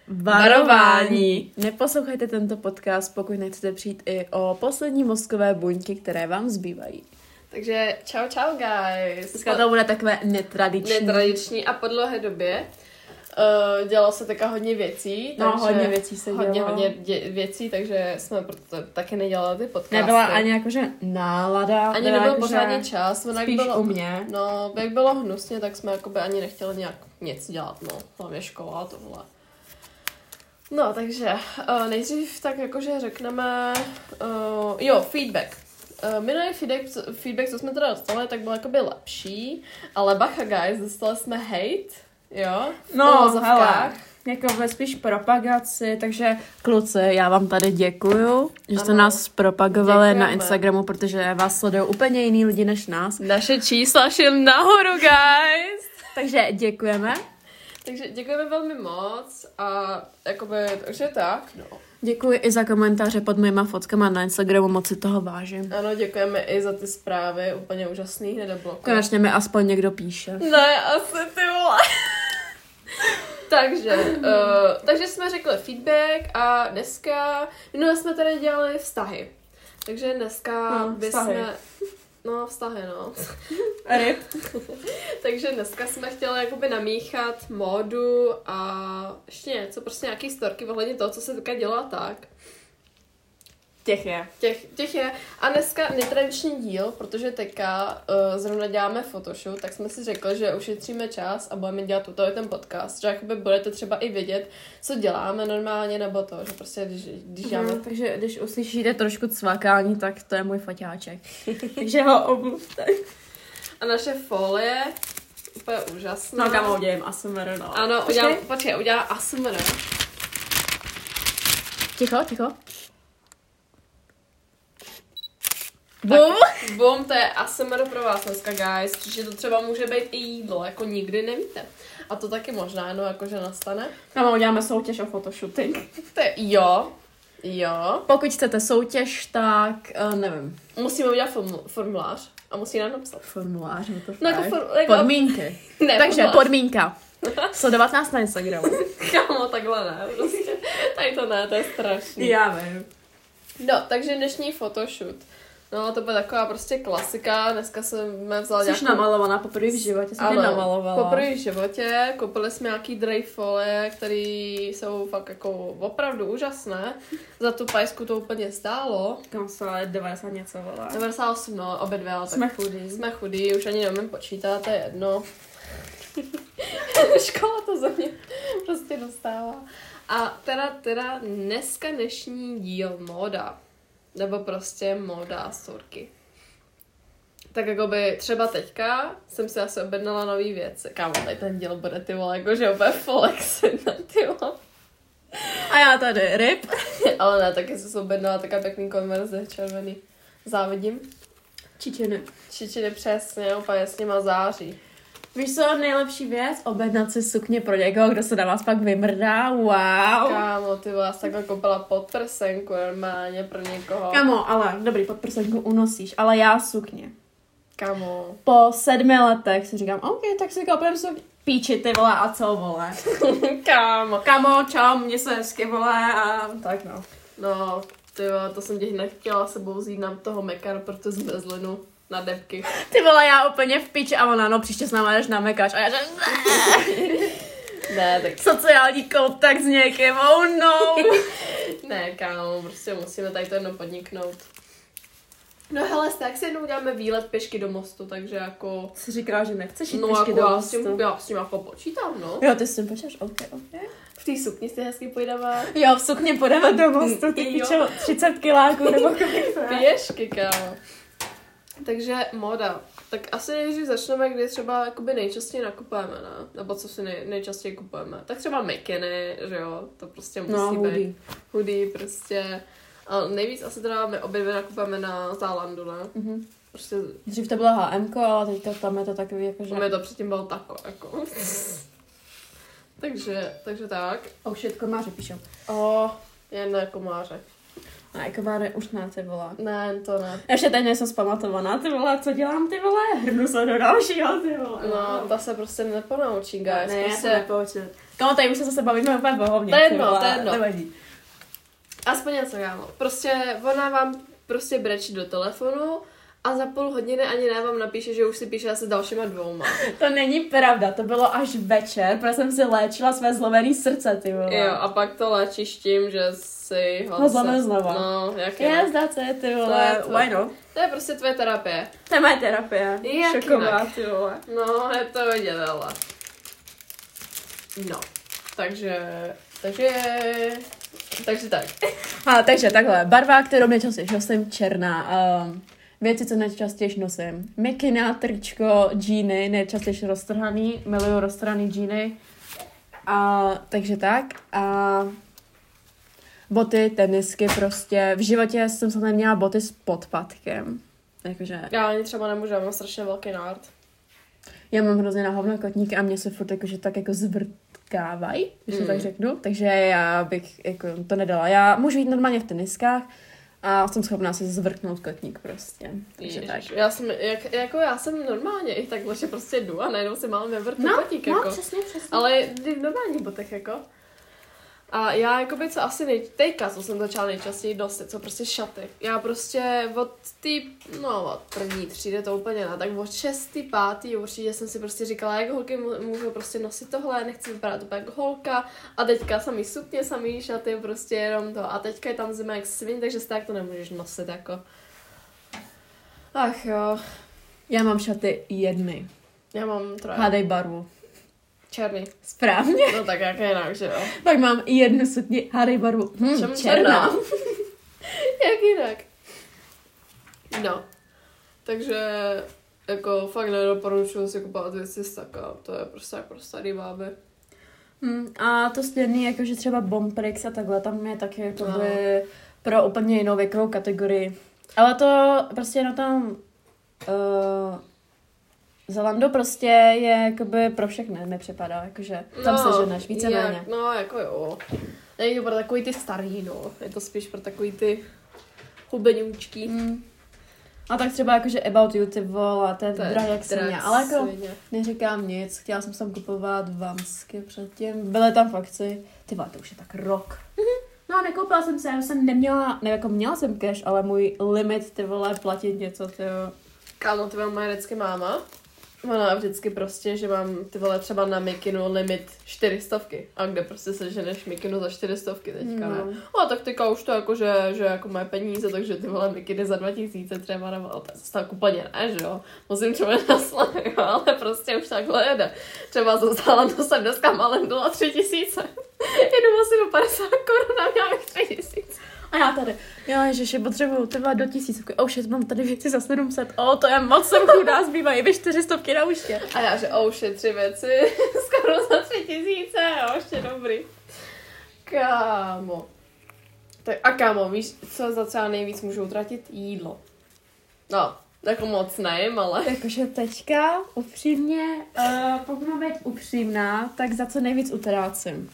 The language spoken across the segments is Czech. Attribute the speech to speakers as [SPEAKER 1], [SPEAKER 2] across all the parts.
[SPEAKER 1] Varování! Neposlouchejte tento podcast, pokud nechcete přijít i o poslední mozkové buňky, které vám zbývají.
[SPEAKER 2] Takže čau guys.
[SPEAKER 1] Dneska to bude takové netradiční
[SPEAKER 2] A po dlouhé době dělalo se taká hodně věcí.
[SPEAKER 1] No, hodně věcí se dělalo.
[SPEAKER 2] Hodně věcí, takže jsme proto taky nedělali ty podcasty.
[SPEAKER 1] Nebyla ani jakože nálada.
[SPEAKER 2] Ani nebyl pořádně čas.
[SPEAKER 1] Spíš u mě.
[SPEAKER 2] No, jak bylo hnusně, tak jsme jakoby ani nechtěli nějak nic dělat, no. Hlavně škola a tohle. No, takže nejdřív tak jakože řekneme, feedback. Minulý feedback, co jsme teda dostali, tak byl jakoby lepší, ale bacha guys, dostali jsme hate, jo?
[SPEAKER 1] No, hele, jako ve spíš propagaci, takže kluci, já vám tady děkuju, že jste nás propagovali na Instagramu, protože vás sledují úplně jiný lidi než nás.
[SPEAKER 2] Naše čísla šly nahoru, guys!
[SPEAKER 1] Takže děkujeme.
[SPEAKER 2] Takže děkujeme velmi moc a jakoby, takže tak, no.
[SPEAKER 1] Děkuji i za komentáře pod mýma fotkama na Instagramu, moc si toho vážím.
[SPEAKER 2] Ano, děkujeme i za ty zprávy, úplně úžasný, hned do bloku.
[SPEAKER 1] Konečně mi aspoň někdo píše.
[SPEAKER 2] Ne, asi ty vole. takže jsme řekli feedback a dneska, jsme tady dělali vztahy. Takže dneska vztahy, no.
[SPEAKER 1] Rip.
[SPEAKER 2] Takže dneska jsme chtěli jakoby namíchat módu a ještě něco, prostě nějaký storky ohledně toho, co se teďka dělá tak. Těch je. A dneska netradiční díl, protože teďka zrovna děláme photoshoot, tak jsme si řekli, že ušetříme čas a budeme dělat ten podcast. Že jakoby budete třeba i vědět, co děláme normálně, nebo to, že prostě když děláme...
[SPEAKER 1] Takže když uslyšíte trošku cvakání, tak to je můj foťáček. Takže ho omluvte.
[SPEAKER 2] A naše folie, úplně úžasná.
[SPEAKER 1] No kamo, udělám ASMR, no.
[SPEAKER 2] Ano, udělám ASMR.
[SPEAKER 1] Ticho.
[SPEAKER 2] Bum, to je ASMR pro vás dneska, guys. Příště to třeba může být i jídlo, jako nikdy nevíte. A to taky možná, jakože nastane.
[SPEAKER 1] Kamo, uděláme soutěž o photoshooting.
[SPEAKER 2] Jo.
[SPEAKER 1] Pokud chcete soutěž, tak nevím.
[SPEAKER 2] Musíme udělat formulář a musí nám napsat.
[SPEAKER 1] Formulář, to
[SPEAKER 2] podmínky.
[SPEAKER 1] Takže podmínka. Sledovat nás na Instagramu.
[SPEAKER 2] Kámo, takhle ne, prostě. Tady to ne, to je strašný.
[SPEAKER 1] Já vím.
[SPEAKER 2] No, takže dnešní photoshoot. No, to byla taková prostě klasika. Dneska jsme vzali
[SPEAKER 1] Jsi namalovaná poprvé v životě, jsem tě namalovala.
[SPEAKER 2] Poprvé v životě. Koupili jsme nějaký dry folie, které jsou fakt jako opravdu úžasné. Za tu pajsku to úplně stálo.
[SPEAKER 1] Kam se ale 90 něco volá.
[SPEAKER 2] 98, no, obě dvě, ale jsme chudí, už ani neumím počítat, to je jedno. Škola to za mě prostě dostává. A teda dnešní díl móda. Nebo prostě móda a storky. Tak jakoby třeba teďka jsem si asi objednala nový věci. Kámo, tady ten díl bude ty vole, jakože úplně flexit na ty vole.
[SPEAKER 1] A já tady rip.
[SPEAKER 2] Ale ne, taky jsem si objednala taká pěkný konverze červený. Závidím. Čičiny přesně, úplně s nima září.
[SPEAKER 1] Víš co, nejlepší věc? Objednat si sukně pro někoho, kdo se na vás pak vymrdá. Wow.
[SPEAKER 2] Kámo, ty vás takhle koupila podprsenku normálně pro někoho.
[SPEAKER 1] Kámo, ale dobrý, podprsenku unosíš, ale já sukně.
[SPEAKER 2] Kámo.
[SPEAKER 1] Po 7 letech si říkám, OK, tak si koupím sukně. Píči, ty vole, a co, vole? Kámo, čau, mě se hezky, vole, a tak no.
[SPEAKER 2] No, ty vole, to jsem tě nechtěla sebou vzít na toho Mekar pro tu zmrzlinu. Na debky.
[SPEAKER 1] Ty vole, já úplně v piči a ona, no příště s náma jdeš na Mekač a já že
[SPEAKER 2] ne, tak...
[SPEAKER 1] Sociální kontakt s někým, oh no.
[SPEAKER 2] Ne, kámo, prostě musíme tady to jedno podniknout. No hele, tak si jednou uděláme výlet pěšky do mostu, takže jako...
[SPEAKER 1] Jsi říkala, že nechceš jít
[SPEAKER 2] pěšky
[SPEAKER 1] do mostu.
[SPEAKER 2] Já s tím jako počítám, no.
[SPEAKER 1] Jo, ty s tím počítáš, OK.
[SPEAKER 2] V té sukni si hezky pojdeme.
[SPEAKER 1] Jo, v sukni půjdeme do mostu, ty pičo, 30 kiláků nebo kolik.
[SPEAKER 2] Pěšky, kámo. Takže móda. Tak asi nejdřív začneme, kdy třeba jakoby nejčastěji nakupujeme, ne? Nebo co si nejčastěji kupujeme. Tak třeba mikiny, že jo? To prostě musí být. Hoodie prostě. A nejvíc asi teda my obě nakupujeme na Zálandu, ne?
[SPEAKER 1] Mhm.
[SPEAKER 2] Prostě...
[SPEAKER 1] Dřív to byla H&M, ale teď tam je to takový jako, že...
[SPEAKER 2] Mě to předtím bylo tako, jako. takže tak.
[SPEAKER 1] Oh shit, komáře píšou.
[SPEAKER 2] Jen komáře.
[SPEAKER 1] A komáře už ne, ty vole.
[SPEAKER 2] Ne, to ne.
[SPEAKER 1] Ještě teď nejsem zpamatovaná, ty vole, co dělám, ty vole? Hrnu se do dalšího, ty vole.
[SPEAKER 2] No, ta se prostě neponaučí, guys.
[SPEAKER 1] Ne,
[SPEAKER 2] prostě...
[SPEAKER 1] já se nepoučím. Kámo, tady už se zase bavíme úplně bohovně.
[SPEAKER 2] To je jedno.
[SPEAKER 1] Nevadí.
[SPEAKER 2] Aspoň něco, kámo. Prostě ona vám prostě brečí do telefonu a za půl hodiny ani ne vám napíše, že už si píše asi dalšíma 2.
[SPEAKER 1] To není pravda, to bylo až večer, protože jsem si léčila své zlomený srdce, ty vole.
[SPEAKER 2] Jo, a pak to léčíš tím, že si
[SPEAKER 1] ho zlomil znova.
[SPEAKER 2] No, jak
[SPEAKER 1] je? Zdá se, ty vole. Why not?
[SPEAKER 2] To je prostě tvoje terapie.
[SPEAKER 1] To je moje terapie.
[SPEAKER 2] Jak
[SPEAKER 1] šoková,
[SPEAKER 2] jinak?
[SPEAKER 1] ty vole.
[SPEAKER 2] No, je to vidět, ale. No, takže tak.
[SPEAKER 1] Takže takhle, barva, kterou nejčastěji nosím, černá. Věci, co nejčastěji nosím. Mikina, tričko, džíny, nejčastěji roztrhaný, miluju roztrhaný džíny. Takže tak. A boty, tenisky prostě. V životě jsem se neměla boty s podpatkem. Jakože...
[SPEAKER 2] Já ani třeba nemůžu, já mám strašně velký nárt.
[SPEAKER 1] Já mám hrozně na hovno kotníky a mě se furt jakože tak jako zvrtkávají, když to tak řeknu. Takže já bych jako to nedala. Já můžu jít normálně v teniskách a jsem schopná si zvrtnout kotník prostě. Takže tak.
[SPEAKER 2] Já jsem normálně i takhle, že prostě jdu a najednou si mám vyvrtnout kotník. Jako.
[SPEAKER 1] Přesně.
[SPEAKER 2] Ale v normálních botech jako. A já jakoby co asi teďka, co jsem začala nejčastěji nosit, co prostě šaty. Já prostě od první třídy to úplně ne, tak od 6. 5. určitě jsem si prostě říkala, jak holky můžu prostě nosit tohle, nechci vypadat úplně jako holka. A teďka samý sukně, samý šaty, prostě jenom to. A teďka je tam zima jak svin, takže si tak to nemůžeš nosit jako. Ach jo.
[SPEAKER 1] Já mám šaty jedny.
[SPEAKER 2] Já mám 3.
[SPEAKER 1] Hádej barvu.
[SPEAKER 2] Černý.
[SPEAKER 1] Správně.
[SPEAKER 2] No tak jak jinak, že jo.
[SPEAKER 1] Pak mám jednu sukni, hádej barvu. Černá.
[SPEAKER 2] Jak jinak. No. Takže jako fakt nedoporučuji si kupovat věci z taka. To je prostě jako starý báby.
[SPEAKER 1] A to stejný, jakože třeba Bomprix a takhle, tam je taky jakoby pro úplně jinou věkovou kategorii. Ale to prostě na tom Zalando prostě je jakoby pro všechny, mi připadá, jakože tam se ženeš víceméně.
[SPEAKER 2] No, jako jo. Není to pro takový ty starý, no. Je to spíš pro takový ty hubeňůčky.
[SPEAKER 1] A tak třeba jakože About You, ty vole, to je drahé jak svině. Ale jako neříkám nic, chtěla jsem tam kupovat Vansky předtím, byly tam fakci. Ty vole, to už je tak rok. No, nekoupila jsem se, já jsem neměla, měla jsem cash, ale můj limit, ty vole, platit něco, ty jo.
[SPEAKER 2] Kámo, ty moje vždycky máma. Ona vždycky prostě, že mám ty vole třeba na mikinu limit 400. A kde prostě se ženeš mikinu za 400 teďka, ne? A tak teďka už to jako, že jako moje peníze, takže ty vole mikiny za 2000 třeba, nebo to je tak úplně ne, že jo? Musím třeba naslat, jo, ale prostě už takhle jede. Třeba zostala, to jsem dneska malem dala 3000. Jedu asi o 50 korun a měla bych 3000.
[SPEAKER 1] A já tady, jo ježiši, potřebuju třeba do 1000. Oh shit, mám tady věci za 700. To je moc, jsem chudá, zbývají vy 400 na účtě.
[SPEAKER 2] A já, že shit, 3 věci, skoro za 3000, jo, ještě dobrý. Kámo. Tak a kámo, víš, co za třeba nejvíc můžu utratit? Jídlo. No, jako moc nejím, ale...
[SPEAKER 1] Jakože teďka, upřímně, pokud mám být upřímná, tak za co nejvíc utrácím?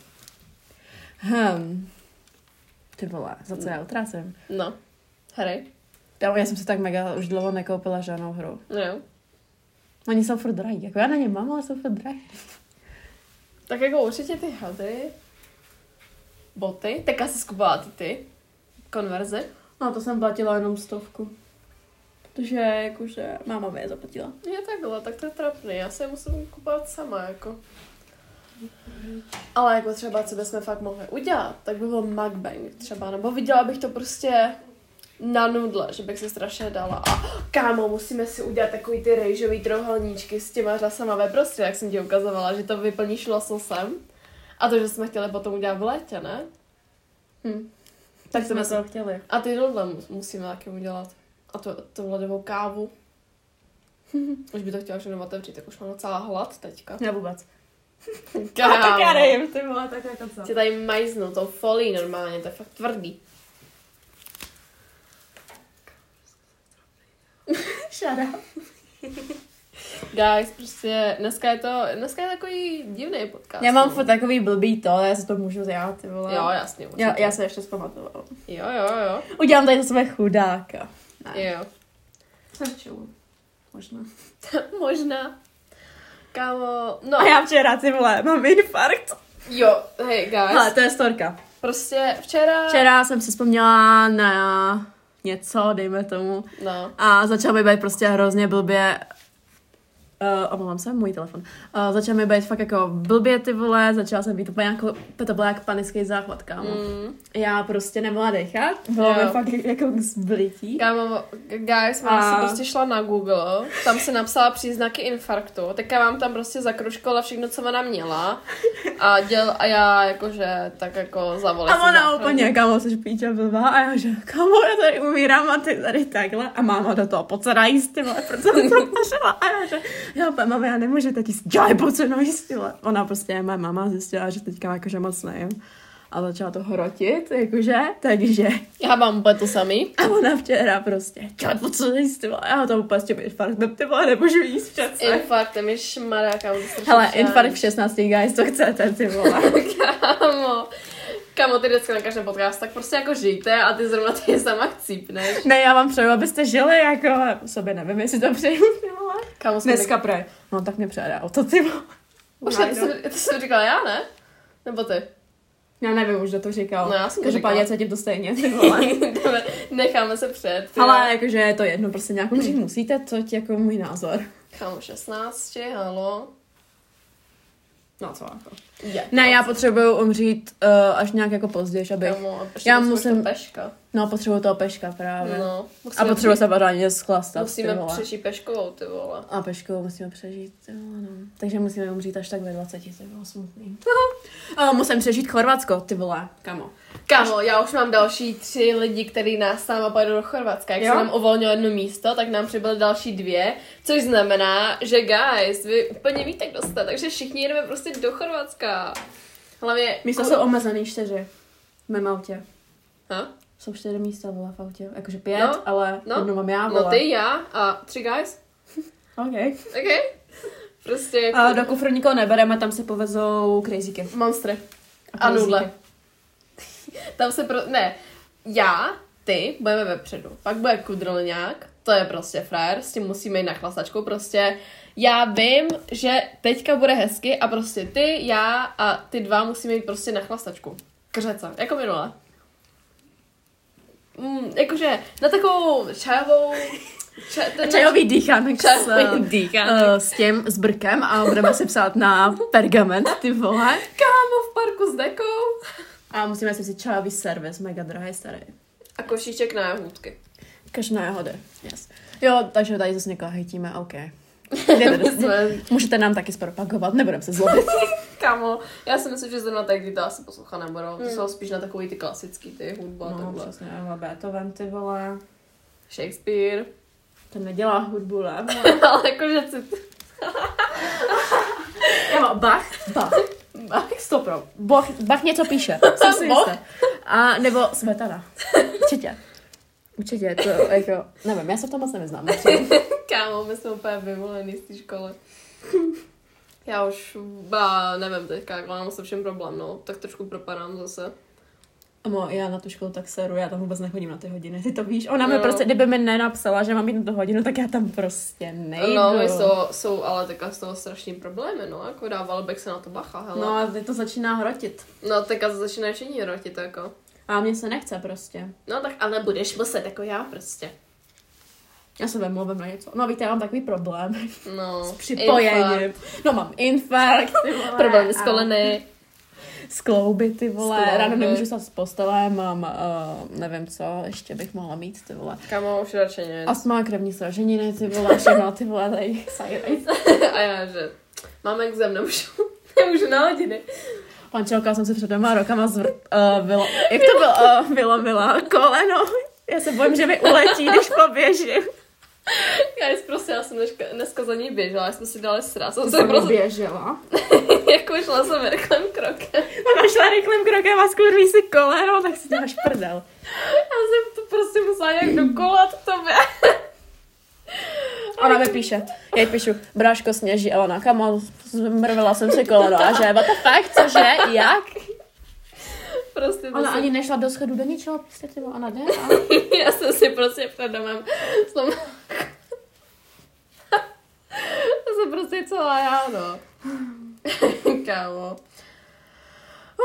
[SPEAKER 1] Ty vole, za co já utrácím?
[SPEAKER 2] No, hry.
[SPEAKER 1] Já jsem si tak mega už dlouho nekoupila žádnou hru.
[SPEAKER 2] Jo.
[SPEAKER 1] Oni jsou furt drahý, jako já na ně mám, ale jsou furt drahý.
[SPEAKER 2] Tak jako určitě ty hady, boty, teďka si skupovala ty konverze.
[SPEAKER 1] No to jsem platila jenom 100. Protože jakože máma mi je zaplatila.
[SPEAKER 2] Je takhle, tak to je trapný, já se je musím kupovat sama, jako. Ale jako třeba, co bychom fakt mohli udělat, tak by byl mukbang třeba, nebo viděla bych to prostě na nudle, že bych si strašně dala. A kámo, musíme si udělat takový ty rejžový trojuhelníčky s těma řasama ve prostřed, jak jsem ti ukazovala, že to vyplníš lososem. A to, že jsme chtěli potom udělat v létě, ne?
[SPEAKER 1] Tak jsme to chtěli.
[SPEAKER 2] A ty nudle musíme taky udělat. A to ledovou kávu. Už by to chtěla všechno otevřít, tak už mám docela hlad teďka.
[SPEAKER 1] Já vůbec.
[SPEAKER 2] Kámo.
[SPEAKER 1] Tak já nevím, ty vole, tak jako co.
[SPEAKER 2] Tě tady majznu, tou folí normálně, to je fakt tvrdý.
[SPEAKER 1] Shut up.
[SPEAKER 2] Guys, prostě dneska je takový divný podcast.
[SPEAKER 1] Já mám furt takový blbý to, já si to můžu dělat, ty vole.
[SPEAKER 2] Jo, jasně.
[SPEAKER 1] Já se ještě zpamatovala.
[SPEAKER 2] Jo.
[SPEAKER 1] Udělám tady to své chudáka.
[SPEAKER 2] Ne. Jo.
[SPEAKER 1] Začu. Možná.
[SPEAKER 2] Možná. Kámo, no.
[SPEAKER 1] A já včera, ty vole, mám infarkt.
[SPEAKER 2] Jo, hej guys.
[SPEAKER 1] Ale to je storka.
[SPEAKER 2] Prostě včera...
[SPEAKER 1] Včera jsem si vzpomněla na něco, dejme tomu.
[SPEAKER 2] No.
[SPEAKER 1] A začal mi být prostě hrozně blbě... omlouvám se, můj telefon. Začal mi být fakt jako blbě ty vole, začala jsem být úplně jako, to bylo jak panický záchvat, kámo. Já prostě nemohla dechat, bylo mi fakt jako zblití.
[SPEAKER 2] Kámo, guys, já jsem prostě šla na Google, tam se napsala příznaky infarktu, teďka mám tam prostě zakruškovala všechno, co ona měla a já jakože tak jako zavolila.
[SPEAKER 1] A ona úplně, kámo, jsi píča blbá a já že, kámo, já tady umírám a ty tady takhle a máma do toho pojď se najíst, ty vole, proč jsem to pařila a já že, jo, mama, já nemůžu teď jíst, dělej, pojď se najíst, ty vole. Ona prostě, moje mama zjistila, že teďka jakože moc nejím. A začala to hrotit, jakože, takže...
[SPEAKER 2] Já mám úplně to samý.
[SPEAKER 1] A ona včera prostě, dělej, pojď se najíst, ty vole. Já to úplně s tím infarktem, ty vole, nemůžu jíst přece.
[SPEAKER 2] Infarktem, ježmarja, kámo.
[SPEAKER 1] Hele, infarkt v 16, guys, to chcete, ty vole.
[SPEAKER 2] Kámo, ty vždycky na každém podcast, tak prostě jako žijte a ty zrovna ty sama chcípneš.
[SPEAKER 1] Ne, já vám přeju, abyste žili, jako, sobě nevím, jestli to přeju, ty vole.
[SPEAKER 2] Kámo,
[SPEAKER 1] dneska prej. No tak mě přejede auto, ty vole.
[SPEAKER 2] Už to jsem říkala já, ne? Nebo ty?
[SPEAKER 1] Já nevím už, kdo to říkal.
[SPEAKER 2] No já jsem to
[SPEAKER 1] Každopádně se tím to stejně, ty vole.
[SPEAKER 2] Necháme se před.
[SPEAKER 1] Ale jakože je to jedno, prostě nějak umřít musíte, to je jako můj názor.
[SPEAKER 2] Kámo, 16, halo.
[SPEAKER 1] No co jako.
[SPEAKER 2] Je,
[SPEAKER 1] ne, já potřebuju umřít až nějak jako později, aby...
[SPEAKER 2] Kámo,
[SPEAKER 1] já musím...
[SPEAKER 2] peška.
[SPEAKER 1] No, potřebuju toho peška právě.
[SPEAKER 2] No,
[SPEAKER 1] a potřebuju se pořádně schlastat,
[SPEAKER 2] musíme přežít peškovou, ty vole.
[SPEAKER 1] A peškovou musíme přežít, ty vole, no. Takže musíme umřít až tak ve 20, ty vole, smutný. Musím přežít Chorvatsko, ty vole, kamo.
[SPEAKER 2] Kámo, já už mám další 3 lidi, kteří nás sama pojedou do Chorvatska. Jak se nám uvolnilo jedno místo, tak nám přibyly další 2, což znamená, že guys, vy úplně víte, kdo jste, takže všichni jedeme prostě do Chorvatska. Hlavně...
[SPEAKER 1] Místa jsou omezený 4 v mém autě.
[SPEAKER 2] Ha?
[SPEAKER 1] Jsou 4 místa, vole, v autě. Jakože 5, ale jedno mám já, vole.
[SPEAKER 2] No ty, já a 3 guys.
[SPEAKER 1] OK.
[SPEAKER 2] Prostě jako...
[SPEAKER 1] A do kufru nikoho nebereme, tam se povezou crazyky.
[SPEAKER 2] Monstry. A nudle. Tam se Ne, já, ty, budeme vepředu. Pak bude kudrlňák, to je prostě frajer, s tím musíme jít na chlastačku, prostě já vím, že teďka bude hezky a prostě ty, já a ty 2 musíme jít prostě na chlastačku. Křece, jako minule. Jakože na takovou čajovou...
[SPEAKER 1] Čajový dýchanek s tím, s brkem a budeme si psát na pergament, ty vole.
[SPEAKER 2] Kámo, v parku s dekou.
[SPEAKER 1] A musíme si vzít čajový servis, mega drahý, starý.
[SPEAKER 2] A košíček na jahůdky.
[SPEAKER 1] Na jahody, yes. Jo, takže tady zase někoho hejtíme, OK. Můžete nám taky zpropagovat, nebudeme se zlobit.
[SPEAKER 2] Kámo, já si myslím, že zrovna tady to asi poslouchat nebudou. To jsou spíš na takový ty klasický, ty hudba.
[SPEAKER 1] No, přesně, Beethoven, ty vole.
[SPEAKER 2] Shakespeare.
[SPEAKER 1] Ten nedělá hudbu, ne?
[SPEAKER 2] Ale jakože si...
[SPEAKER 1] Bach, stopro. Bach něco píše, jsem si jistá. A nebo Smetana. Určitě, to jako, nevím, já se v tom moc nevyznám.
[SPEAKER 2] Kámo, my jsme úplně vyvolený z té školy. Já už, nevím teďka, jak mám se všem problém, no, tak trošku propadám zase.
[SPEAKER 1] Amo, já na tu školu tak seru, já tam vůbec nechodím na ty hodiny, ty to víš. Ona mi prostě, kdyby mi nenapsala, že mám jít na tu hodinu, tak já tam prostě nejdu.
[SPEAKER 2] No, jsou ale teďka z toho strašný problémy, no, jako dával bych se na to bacha, hele.
[SPEAKER 1] No a teď to začíná hrotit.
[SPEAKER 2] No, teďka to začíná všichni hrotit, jako.
[SPEAKER 1] A mně se nechce prostě.
[SPEAKER 2] No tak ale budeš muset, jako já prostě.
[SPEAKER 1] Já se vemluvím na něco. No víte, já mám takový problém.
[SPEAKER 2] No.
[SPEAKER 1] S připojením. No mám infarkt, ty vole.
[SPEAKER 2] Problém s koleny.
[SPEAKER 1] Z klouby, ty vole. Ráno nemůžu stát z postele, mám, nevím co, ještě bych mohla mít, ty vole.
[SPEAKER 2] Kámo, už radši nic.
[SPEAKER 1] Astma, krevní sraženiny, ty vole, všechno, ty vole, tady sajrajc.
[SPEAKER 2] A já, že mám exém, nemůžu na hodiny.
[SPEAKER 1] Manželka jsem si před 2 rokama jak to bylo, vylomila koleno. Já se bojím, že mi uletí, když poběžím.
[SPEAKER 2] Já jsem dneska za ní běžela, já jsme si dali sraz.
[SPEAKER 1] Jsem běžela.
[SPEAKER 2] Jako šla jsem rychlým krokem.
[SPEAKER 1] Ona šla rychlým krokem a skurví si koleno, tak si dáš prdel.
[SPEAKER 2] Já jsem to prostě musela nějak dokolat k tobě.
[SPEAKER 1] Ona mi píše, já jí píšu, bráško sněží, a ona, kamo, zmrvila jsem si koleno, a že, what the fuck, cože, jak?
[SPEAKER 2] Prostě
[SPEAKER 1] ona ani nešla do schodu, do ničeho, prostě ty ona jde a...
[SPEAKER 2] Já jsem si prostě před domem to jsem prostě celá já, no. Kámo.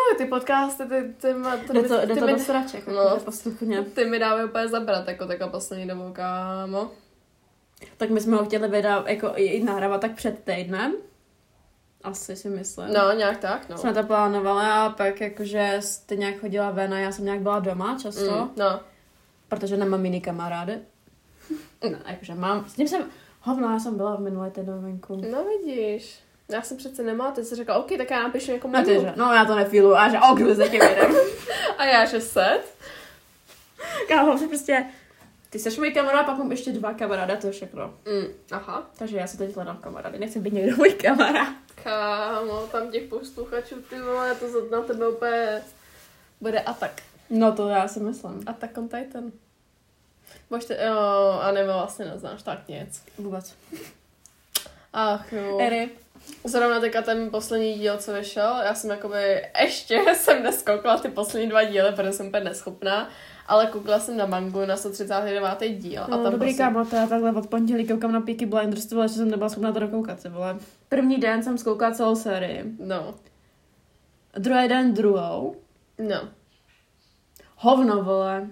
[SPEAKER 2] ty podcasty,
[SPEAKER 1] Jde to do sraček,
[SPEAKER 2] no,
[SPEAKER 1] postupně.
[SPEAKER 2] Ty mi dávají úplně zabrat, jako taková poslední dobou, kámo.
[SPEAKER 1] Tak my jsme ho chtěli vydat, jako i nahrávat tak před týdnem. Asi si myslím.
[SPEAKER 2] No, nějak tak, no.
[SPEAKER 1] Jsme to plánovali a pak jakože ty nějak chodila ven a já jsem nějak byla doma často.
[SPEAKER 2] No.
[SPEAKER 1] Protože nemám jiný kamarády. No, jakože mám, s tím jsem, já jsem byla v minulé týdnu venku.
[SPEAKER 2] No vidíš, já jsem přece nemá, ty jsi řekla, OK, tak já napíšu někomu.
[SPEAKER 1] No já to nefilu a že kdo se tím jedem.
[SPEAKER 2] A já, že set.
[SPEAKER 1] Kámo, že prostě, ty jsi můj kamarád, pak mám ještě 2 kamaráda, to je všechno.
[SPEAKER 2] Aha.
[SPEAKER 1] Takže já se teď hledám kamarády, nechci být někdo můj kamarád.
[SPEAKER 2] Kámo, tam těch posluchačů, ty vole, to na tebe úplně bude atak.
[SPEAKER 1] No to já si myslím.
[SPEAKER 2] Attack on Titan. Jo, a nebo vlastně neznáš tak nic.
[SPEAKER 1] Vůbec.
[SPEAKER 2] Ach jo.
[SPEAKER 1] Eri.
[SPEAKER 2] Zrovna teďka ten poslední díl, co vyšel, já jsem jakoby ještě jsem neskoukla ty poslední 2 díly, protože jsem úplně neschopná, ale koukla jsem na mangu na 139. díl. A tam
[SPEAKER 1] dobrý kámo, to já takhle od pondělí koukám na Peaky Blinders, že jsem nebyla schopná to dokoukat, ty vole. První den jsem zkoukala celou sérii.
[SPEAKER 2] No.
[SPEAKER 1] Druhý den druhou.
[SPEAKER 2] No.
[SPEAKER 1] Hovno, vole.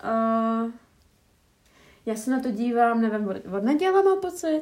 [SPEAKER 1] Já se na to dívám, nevím, od neděle mám pocit.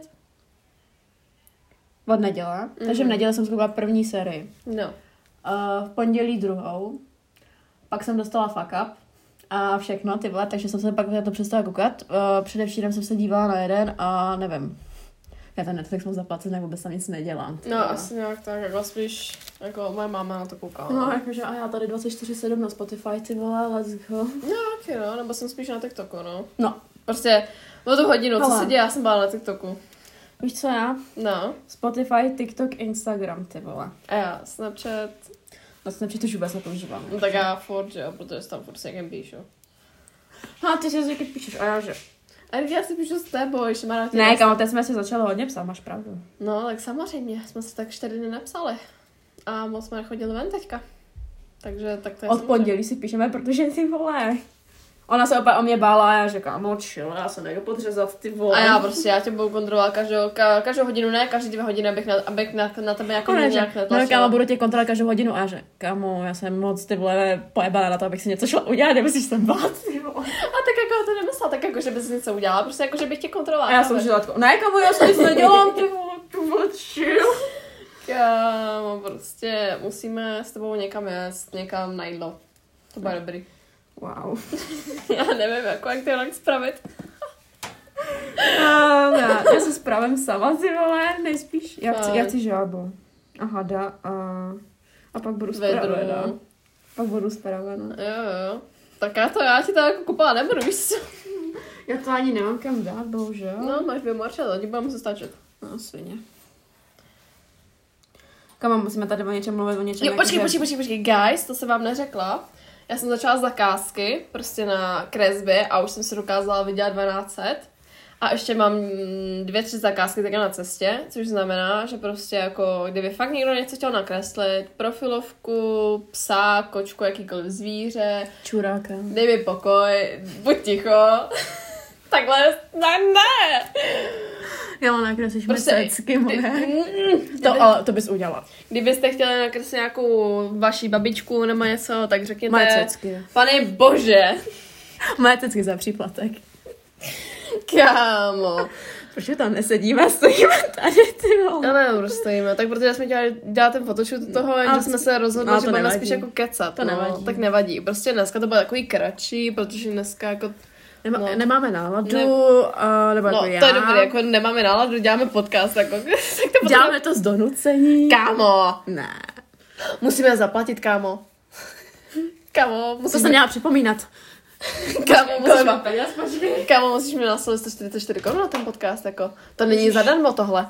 [SPEAKER 1] Od neděle. Takže v neděli jsem zkoukala první sérii.
[SPEAKER 2] No.
[SPEAKER 1] V pondělí druhou. Pak jsem dostala fuck up. A všechno, ty vole, takže jsem se pak na to přestala koukat. Předevčírem jsem se dívala na jeden a nevím. Já ten Netflix mám zaplacený, vůbec tam nic nedělám.
[SPEAKER 2] No, asi nějak tak, jako spíš, jako moje máma na to koukala.
[SPEAKER 1] No, jakože a já tady 24/7 na Spotify, ty vole, let's go.
[SPEAKER 2] No, taky no, nebo jsem spíš na TikToku, no.
[SPEAKER 1] No.
[SPEAKER 2] Prostě, o tu hodinu, co se děje, já jsem byla na TikToku.
[SPEAKER 1] Víš co já?
[SPEAKER 2] No.
[SPEAKER 1] Spotify, TikTok, Instagram, ty vole.
[SPEAKER 2] A já, Snapchat.
[SPEAKER 1] Na Snapchat už vůbec nepoužívám.
[SPEAKER 2] No tak já furt, že jo, protože tam furt s někým píšu.
[SPEAKER 1] Ty si jazyky píšeš, a já že?
[SPEAKER 2] A já si píšu s tebou, ještě má
[SPEAKER 1] Ne, kámo, teď jsme si začali hodně psát, máš pravdu.
[SPEAKER 2] No, tak samozřejmě, jsme si tak 4 dny napsali. A moc jsme nechodili ven teďka. Takže tak to je
[SPEAKER 1] od pondělí si píšeme, protože ty vole. Ona se opět o mě bála a já říkám, chill, já se nejdu podřezat, ty vole.
[SPEAKER 2] A já prostě, já tě budu kontrolovat každou hodinu, ne každý 2 hodiny, abych na tebe jako nějak netlačila.
[SPEAKER 1] No, kámo, budu tě kontrolovat každou hodinu a já že, kámo, já jsem moc, ty vole, pojebaná na to, abych si něco šla udělat, nemusíš jsem bát, ty vole.
[SPEAKER 2] A tak jako to nemyslela, tak jako, že bys něco udělala, prostě jako, že bych tě kontrolovala.
[SPEAKER 1] A já jsem žila tako, ne, kámo, já se nic nedělám, ty vole, chill.
[SPEAKER 2] Kámo, prostě musíme s tebou někam jet, někam na jídlo. To bude dobrý.
[SPEAKER 1] Wow.
[SPEAKER 2] Já nevím, jako, jak to jinak spravit.
[SPEAKER 1] Já se spravím sama, ty vole, nejspíš. Já chci žábu. A hada a pak budu spravená. Pak budu spravená.
[SPEAKER 2] Jo. Tak já ti to jako kupala nebudu, víš co?
[SPEAKER 1] Já to ani nemám kam dát, bohužel.
[SPEAKER 2] No, máš vymorčat, a ti budeme muset stačit.
[SPEAKER 1] No, svině. Kamo, musíme tady o něčem mluvit, o něčem.
[SPEAKER 2] Jo, počkej, guys, to jsem vám neřekla. Já jsem začala zakázky, prostě na kresby a už jsem si dokázala vydělat 1200. A ještě mám 2-3 zakázky také na cestě, což znamená, že prostě jako, kdyby fakt někdo něco chtěl nakreslit, profilovku, psa, kočku, jakýkoliv zvíře,
[SPEAKER 1] čuráka,
[SPEAKER 2] dej mi pokoj, buď ticho, takhle, ne.
[SPEAKER 1] Já mám nakreslit secky moje. To bys udělala.
[SPEAKER 2] Kdybyste chtěli nakreslit nějakou vaši babičku nebo něco, tak řekněte,
[SPEAKER 1] moje cecky.
[SPEAKER 2] Pane bože.
[SPEAKER 1] Moje cecky za příplatek.
[SPEAKER 2] Kámo.
[SPEAKER 1] Proč tam nesedíme, stojíme tady, ty vole.
[SPEAKER 2] Já nevím, proč stojíme. Tak protože jsme chtěli dělat ten photoshoot toho, že jsme se rozhodli, že budeme spíš jako kecat.
[SPEAKER 1] To nevadí.
[SPEAKER 2] Tak nevadí. Prostě dneska to bude takový kratší, protože dneska jako...
[SPEAKER 1] Nemáme náladu, nebo jako já.
[SPEAKER 2] To je dobré, jako nemáme náladu, děláme podcast, jako...
[SPEAKER 1] Děláme to z donucení.
[SPEAKER 2] Kámo.
[SPEAKER 1] Ne.
[SPEAKER 2] Musíme zaplatit, kámo. Kámo, musíme...
[SPEAKER 1] To jsem měla připomínat.
[SPEAKER 2] Kámo, musíš mi nasolit 144 korun na ten podcast, jako. To není zadarmo tohle.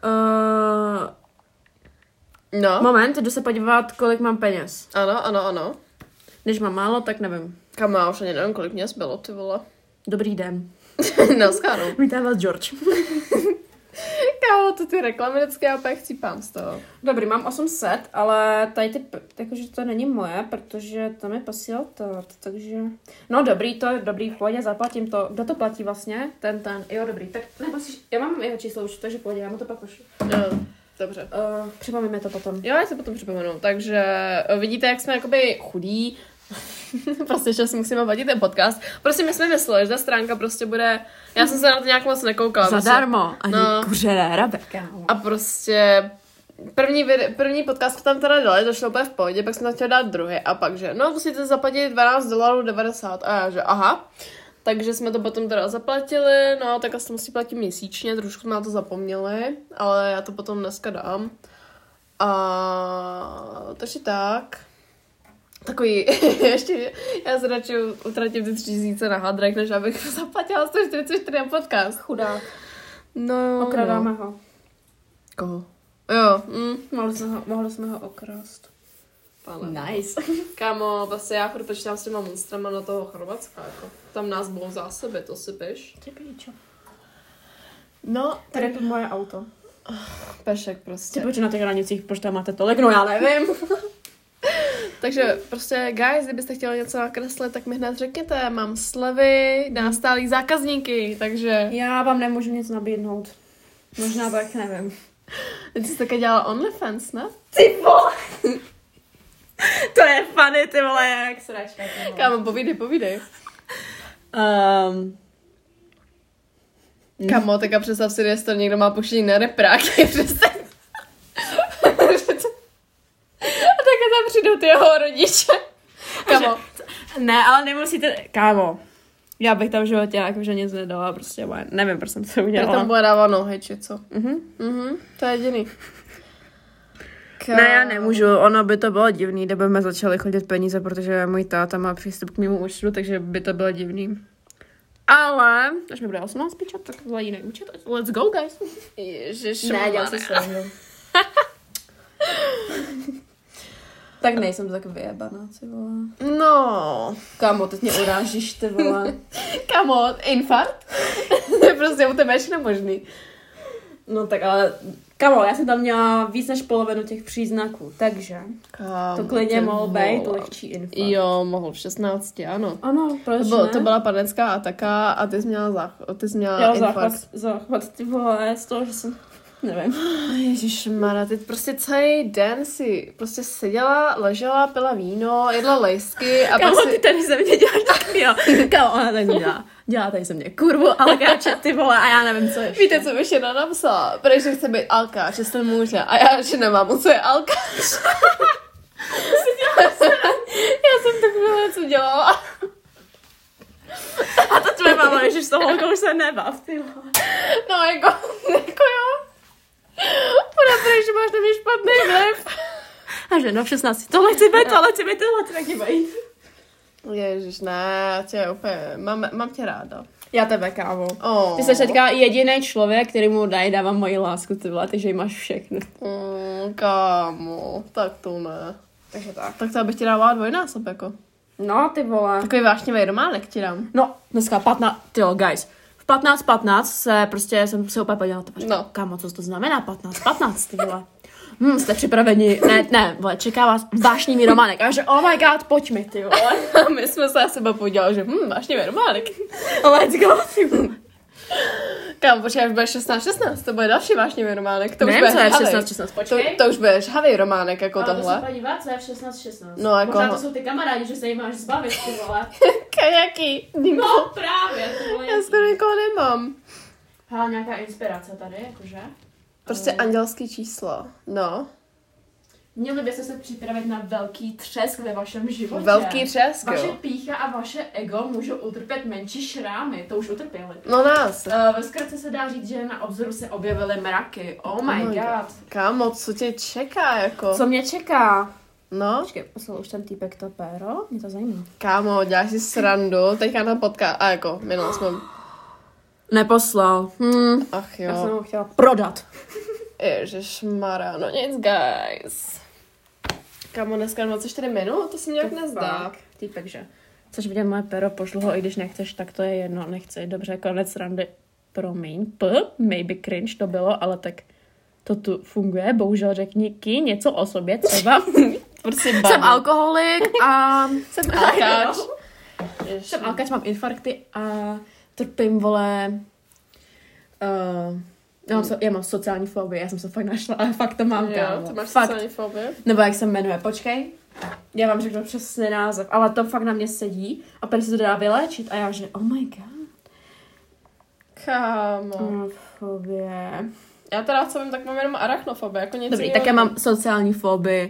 [SPEAKER 2] No.
[SPEAKER 1] Moment, jdu se podívat, kolik mám peněz.
[SPEAKER 2] Ano.
[SPEAKER 1] Když mám málo, tak nevím.
[SPEAKER 2] Kámo, já už ani nevím, kolik měs bylo, ty vole.
[SPEAKER 1] Dobrý den.
[SPEAKER 2] Naschánu.
[SPEAKER 1] Vítám vás, George.
[SPEAKER 2] Kámo, to ty reklamy vždycky já opět chcípám z toho.
[SPEAKER 1] Dobrý, mám 800, ale tady jakože to není moje, protože tam je posílal takže... No dobrý, to je dobrý, v pohodě, zaplatím to. Kdo to platí vlastně? Ten. Jo, dobrý, tak nemusíš, já mám jeho číslo už, takže v pohodě, já mu to pak pošlu.
[SPEAKER 2] Dobře.
[SPEAKER 1] Připomeňme to potom.
[SPEAKER 2] Jo, já se potom připomenu. Takže vidíte, jak jsme jakoby chudí. Prostě že si musíme vadit ten podcast. Prostě my jsme mysleli, že ta stránka prostě bude... Já jsem se na to nějak moc nekoukala.
[SPEAKER 1] Zadarmo. Ani kuře rabetka.
[SPEAKER 2] A prostě... První podcast jsme tam teda dali, to šlo úplně v pohodě, pak jsme tam chtěli dát druhý a pak, že no, musíte zaplatit $12.90 a já, že aha. Takže jsme to potom teda zaplatili, no tak asi to musí platit měsíčně, trošku jsme na to zapomněli, ale já to potom dneska dám. A takže tak. Takový, ještě, já se radši utratím ty 3000 na hadrek, než abych zaplatila 144 podcast.
[SPEAKER 1] Chudák.
[SPEAKER 2] No.
[SPEAKER 1] Okradáme ho.
[SPEAKER 2] Koho? Jo.
[SPEAKER 1] Mohli jsme ho okrást.
[SPEAKER 2] Pane.
[SPEAKER 1] Nice.
[SPEAKER 2] Kámo, vlastně já furt počítám s těma monstrama na toho Chorvatska, jako. Tam nás budou zásoby, to si piš.
[SPEAKER 1] Ty píčo.
[SPEAKER 2] No,
[SPEAKER 1] Tady je to moje auto.
[SPEAKER 2] pešek prostě.
[SPEAKER 1] Ty proč na těch hranicích, proč tam máte tolik? No já nevím.
[SPEAKER 2] Takže prostě, guys, kdybyste chtěli něco nakreslit, tak mi hned řekněte, mám slevy na stálý zákazníky, takže...
[SPEAKER 1] Já vám nemůžu nic nabídnout. Možná tak, nevím.
[SPEAKER 2] Ty jsi také dělala OnlyFans, ne?
[SPEAKER 1] Ty vole! To je funny, ty vole, jak sračka.
[SPEAKER 2] Kámo, povídej. Kámo, tak a představ si, jestli to někdo má puštění na repráky, přestaň. A tak tam přijdou ty jeho rodiče. Kámo.
[SPEAKER 1] Ne, ale nemusíte, kámo. Já bych tam v životě jakože nic nedala, prostě nevím, proč jsem to udělala.
[SPEAKER 2] Tak tam bude dávat nohy, či co? To je jediný.
[SPEAKER 1] Ne, já nemůžu, ono by to bylo divný, kdyby jsme začali chodit peníze, protože můj táta má přístup k mému účtu, takže by to bylo divný. Ale, až mi bude 18 píčat, tak za jiný účet. Let's go, guys.
[SPEAKER 2] Ježišmarja.
[SPEAKER 1] Ne, dělám si srandu. Tak nejsem tak vyjebaná, ty vole.
[SPEAKER 2] No.
[SPEAKER 1] Kámo, teď mě urážíš, ty vole.
[SPEAKER 2] Kámo, infarkt? Prostě u tebe je nemožný.
[SPEAKER 1] No tak ale, kámo, já jsem tam měla víc než polovinu těch příznaků, takže
[SPEAKER 2] Kámo,
[SPEAKER 1] to klidně mohl být lehčí infarkt.
[SPEAKER 2] Jo, mohl v 16, ano.
[SPEAKER 1] Ano, proč ne?
[SPEAKER 2] To byla panenská ataka a ty jsi měla infarkt.
[SPEAKER 1] Záchvat, ty vole, z toho, že jsem, nevím.
[SPEAKER 2] Ježišmarja, ty prostě celý den si prostě seděla, ležela, pila víno, jedla lejsky a
[SPEAKER 1] Kámo,
[SPEAKER 2] prostě...
[SPEAKER 1] ty tady ze mě děláš takový, jo. Kámo, ona tady dělá. Dělá tady ze mě kurvu, alkáče, ty vole, a já nevím, co ještě.
[SPEAKER 2] Víte, co bych jedna napsala? Protože chce být alkáč, že jsem muže. A já, že nemám, co je alkáč. Já jsem takové něco dělala.
[SPEAKER 1] A to tvoje máma, ježiš, s tou holkou už se nebav, ty vole.
[SPEAKER 2] No, jako jo. Protože, že máš na mě špatný vliv.
[SPEAKER 1] A že no, v 16, tohle chci být, taky být.
[SPEAKER 2] Ježiš, ne, já tě úplně, mám tě ráda.
[SPEAKER 1] Já tebe, kámo.
[SPEAKER 2] Oh.
[SPEAKER 1] Ty jsi teďka jediný člověk, který mu dávám moji lásku, ty vole, takže jí máš všechno.
[SPEAKER 2] Kámo, tak to ne.
[SPEAKER 1] Takže tak.
[SPEAKER 2] Tak to bych ti dávala dvojnásob, jako.
[SPEAKER 1] No, ty vole.
[SPEAKER 2] Takový vášnivý románek ti dám.
[SPEAKER 1] No, dneska 15, tyjo, guys. V 15:15 se prostě, jsem se úplně podívala,
[SPEAKER 2] No.
[SPEAKER 1] Kámo, co to znamená 15:15, ty vole. Jste připraveni, ne, vole, čeká vás vášnivý románek. A já že, oh my god, pojď mi, ty vole.
[SPEAKER 2] A my jsme se na sebe podělali, že vášnivý románek.
[SPEAKER 1] Let's go, ty vole.
[SPEAKER 2] Kámo, počkej, až bude 16, to bude další vášnivý románek. To
[SPEAKER 1] Nevím, co je v 16, počkej.
[SPEAKER 2] To už bude žhavý románek, jako
[SPEAKER 1] ale
[SPEAKER 2] tohle.
[SPEAKER 1] to se podívat, co je v 16.
[SPEAKER 2] No, jako...
[SPEAKER 1] Možná to jsou ty kamarádi, že se jim máš zbavit, ty vole.
[SPEAKER 2] Kajaký.
[SPEAKER 1] No, právě, ty vole.
[SPEAKER 2] Já to nikoho nemám.
[SPEAKER 1] Hele, nějaká inspirace tady, jakože.
[SPEAKER 2] Prostě andělský číslo, no.
[SPEAKER 1] Měli byste se připravit na velký třesk ve vašem životě.
[SPEAKER 2] Velký třesk,
[SPEAKER 1] Vaše
[SPEAKER 2] jo.
[SPEAKER 1] pýcha a vaše ego můžou utrpět menší šrámy, to už utrpěli.
[SPEAKER 2] No nás.
[SPEAKER 1] Ve zkratce se dá říct, že na obzoru se objevily mraky. Oh my god.
[SPEAKER 2] Kámo, co tě čeká, jako?
[SPEAKER 1] Co mě čeká?
[SPEAKER 2] No?
[SPEAKER 1] Počkej, poslal už ten týpek to péro? Mě to zajímá.
[SPEAKER 2] Kámo, děláš si srandu, teďka na podcast, a jako, minul jsme...
[SPEAKER 1] Neposlal.
[SPEAKER 2] Ach
[SPEAKER 1] Já jsem
[SPEAKER 2] jo.
[SPEAKER 1] ho chtěla prodat.
[SPEAKER 2] Ježišmarja, no nic, guys. Kámo, dneska 24 minut, to se mi nějak nezdá.
[SPEAKER 1] Týpek, že? Chceš vidět moje péro, pošlu ho, i když nechceš, tak to je jedno, nechci. Dobře, konec randy. Promiň, maybe cringe to bylo, ale tak to tu funguje. Bohužel řekni něco o sobě, třeba.
[SPEAKER 2] Prostě
[SPEAKER 1] Jsem alkoholik a...
[SPEAKER 2] Jsem alkáč.
[SPEAKER 1] Jsem alkáč, mám infarkty a trpím, vole... Já mám sociální fobii, já jsem se fakt našla, ale fakt to mám, kámo.
[SPEAKER 2] Jo, ty máš
[SPEAKER 1] fakt.
[SPEAKER 2] sociální fobii?
[SPEAKER 1] Nebo jak se jmenuje, počkej. Já vám řeknu přesně název, ale to fakt na mě sedí a tady se to dá vyléčit a já že, oh my god.
[SPEAKER 2] Kámo.
[SPEAKER 1] Fobie.
[SPEAKER 2] Já teda, co vím, tak mám jenom arachnofobii, jako něco.
[SPEAKER 1] Dobrý, tak já mám sociální fobii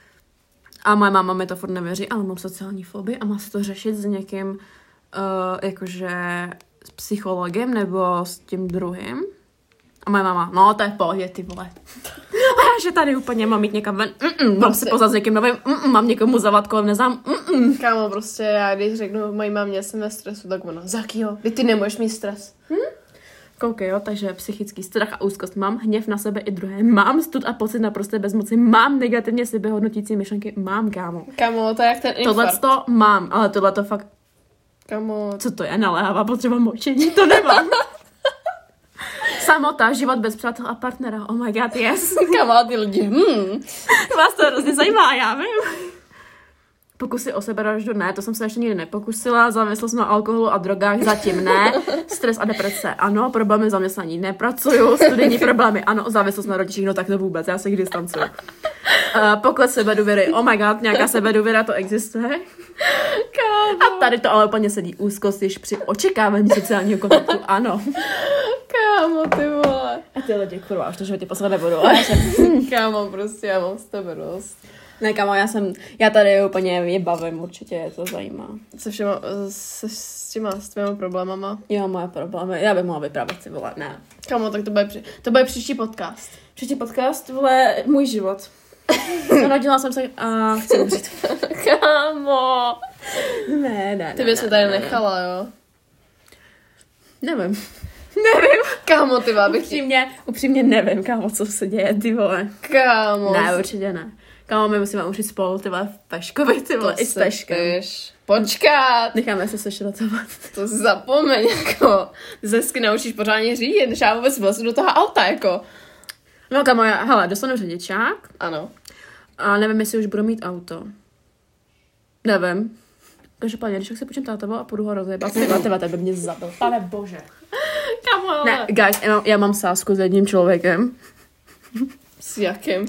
[SPEAKER 1] a moje máma mi to furt nevěří, ale mám sociální fobii a má se to řešit s někým, jakože s psychologem nebo s tím druhým. A moje máma, no to je v pohodě, ty vole. A já, že tady úplně mám jít někam ven, mám si pozvat s někým novým, mám někomu zavat kolem, neznám,
[SPEAKER 2] Kámo, prostě já, když řeknu mojí mámě, jsem ve stresu, tak ona, Zakio, ty nemůžeš mít stres.
[SPEAKER 1] Koukej, jo, takže psychický strach a úzkost mám, hněv na sebe i druhé mám, stud a pocit naprosté bezmoci mám, negativně sebehodnotící myšlenky mám, kámo.
[SPEAKER 2] Kámo, to je jak ten infarkt.
[SPEAKER 1] Tohleto mám, ale tohleto fakt,
[SPEAKER 2] Kámo,
[SPEAKER 1] co to je, naléhavá potřeba močení, to nemám. Samota, život bez přátel a partnera, oh my god, yes.
[SPEAKER 2] kámo, ty lidi,
[SPEAKER 1] Vás to hrozně zajímá, já vím. Pokusy o sebevraždu ne, to jsem se ještě nikdy nepokusila, závislost na alkoholu a drogách zatím ne, stres a deprese ano, problémy zaměstnání nepracuju, studijní problémy ano, závislost na rodičích, no tak to vůbec, já se jich distancuju. Pokles sebedůvěry, oh my god, nějaká sebedůvěra to existuje.
[SPEAKER 2] kámo.
[SPEAKER 1] A tady to ale úplně sedí úzkost již při očekávání sociálního kontaktu, ano.
[SPEAKER 2] Kámo, ty vole.
[SPEAKER 1] A ty lidi, kurva, už to životě poslat nebudu.
[SPEAKER 2] Kámo, prostě já mám z tebe dost.
[SPEAKER 1] Ne, kámo, já tady úplně je bavím, určitě je to zajímá.
[SPEAKER 2] Se všema, s těma problémama.
[SPEAKER 1] Jo, moje problémy, já bych mohla vyprávět, si vole, ne.
[SPEAKER 2] Kámo, tak to bude příští podcast.
[SPEAKER 1] Příští podcast, vole, můj život. Narodila jsem se a chci umřít.
[SPEAKER 2] Kámo.
[SPEAKER 1] Ne.
[SPEAKER 2] Ty bys mě tady nechala, jo?
[SPEAKER 1] Nevím.
[SPEAKER 2] Kámo, ty bych
[SPEAKER 1] Upřímně nevím, kámo, co se děje, ty vole.
[SPEAKER 2] Kámo.
[SPEAKER 1] Ne, určitě ne. Kámo, my musíme umřít spolu, ty vole, v Peškovi, ty vole, i s Peškem.
[SPEAKER 2] Počkat.
[SPEAKER 1] Necháme se sešrotovat.
[SPEAKER 2] To si zapomeň, jako. Ty se hezky naučíš pořádně řídit, než já vůbec vlezu do toho auta, jako.
[SPEAKER 1] No, kámo, hele, dostanu řidičák.
[SPEAKER 2] Ano.
[SPEAKER 1] A nevím, jestli už budu mít auto. Nevím. Každopádně, když tak se počím tátovo a půjdu ho rozjebat, tebe mě zabil. Pane bože.
[SPEAKER 2] Kámo, ale...
[SPEAKER 1] Ne, guys, já mám sázku s jedním člověkem.
[SPEAKER 2] S jakým?